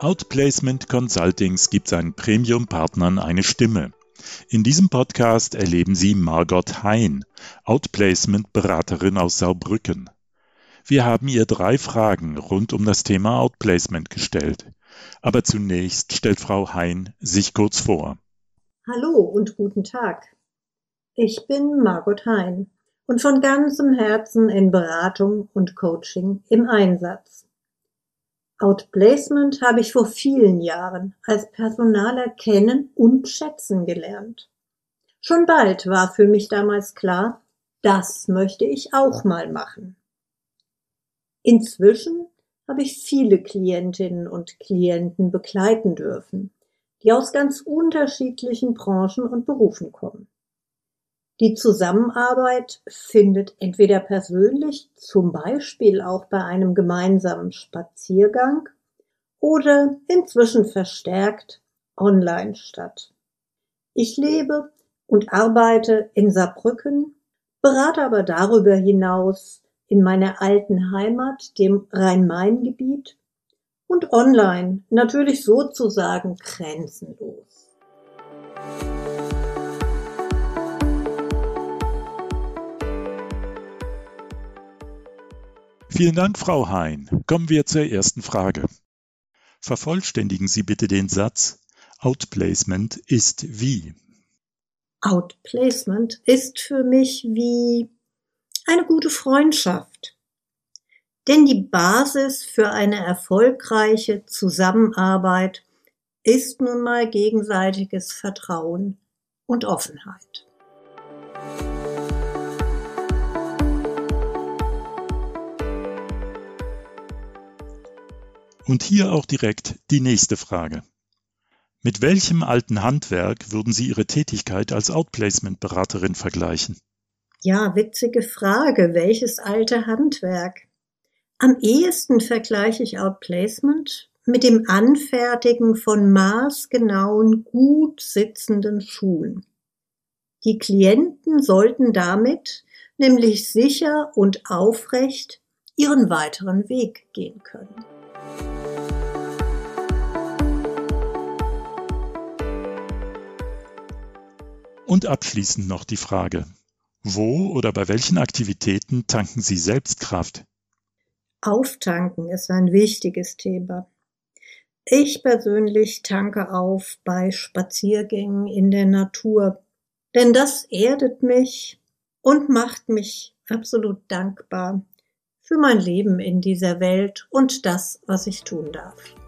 Outplacement Consultings gibt seinen Premium-Partnern eine Stimme. In diesem Podcast erleben Sie Margot Hein, Outplacement-Beraterin aus Saarbrücken. Wir haben ihr 3 Fragen rund um das Thema Outplacement gestellt. Aber zunächst stellt Frau Hein sich kurz vor. Hallo und guten Tag. Ich bin Margot Hein und von ganzem Herzen in Beratung und Coaching im Einsatz. Outplacement habe ich vor vielen Jahren als Personaler kennen und schätzen gelernt. Schon bald war für mich damals klar, das möchte ich auch mal machen. Inzwischen habe ich viele Klientinnen und Klienten begleiten dürfen, die aus ganz unterschiedlichen Branchen und Berufen kommen. Die Zusammenarbeit findet entweder persönlich, zum Beispiel auch bei einem gemeinsamen Spaziergang, oder inzwischen verstärkt online statt. Ich lebe und arbeite in Saarbrücken, berate aber darüber hinaus in meiner alten Heimat, dem Rhein-Main-Gebiet, und online natürlich sozusagen grenzenlos. Vielen Dank, Frau Hein. Kommen wir zur ersten Frage. Vervollständigen Sie bitte den Satz: Outplacement ist wie? Outplacement ist für mich wie eine gute Freundschaft. Denn die Basis für eine erfolgreiche Zusammenarbeit ist nun mal gegenseitiges Vertrauen und Offenheit. Und hier auch direkt die nächste Frage. Mit welchem alten Handwerk würden Sie Ihre Tätigkeit als Outplacement-Beraterin vergleichen? Ja, witzige Frage. Welches alte Handwerk? Am ehesten vergleiche ich Outplacement mit dem Anfertigen von maßgenauen, gut sitzenden Schuhen. Die Klienten sollten damit nämlich sicher und aufrecht ihren weiteren Weg gehen können. Und abschließend noch die Frage: Wo oder bei welchen Aktivitäten tanken Sie selbst Kraft? Auftanken ist ein wichtiges Thema. Ich persönlich tanke auf bei Spaziergängen in der Natur, denn das erdet mich und macht mich absolut dankbar für mein Leben in dieser Welt und das, was ich tun darf.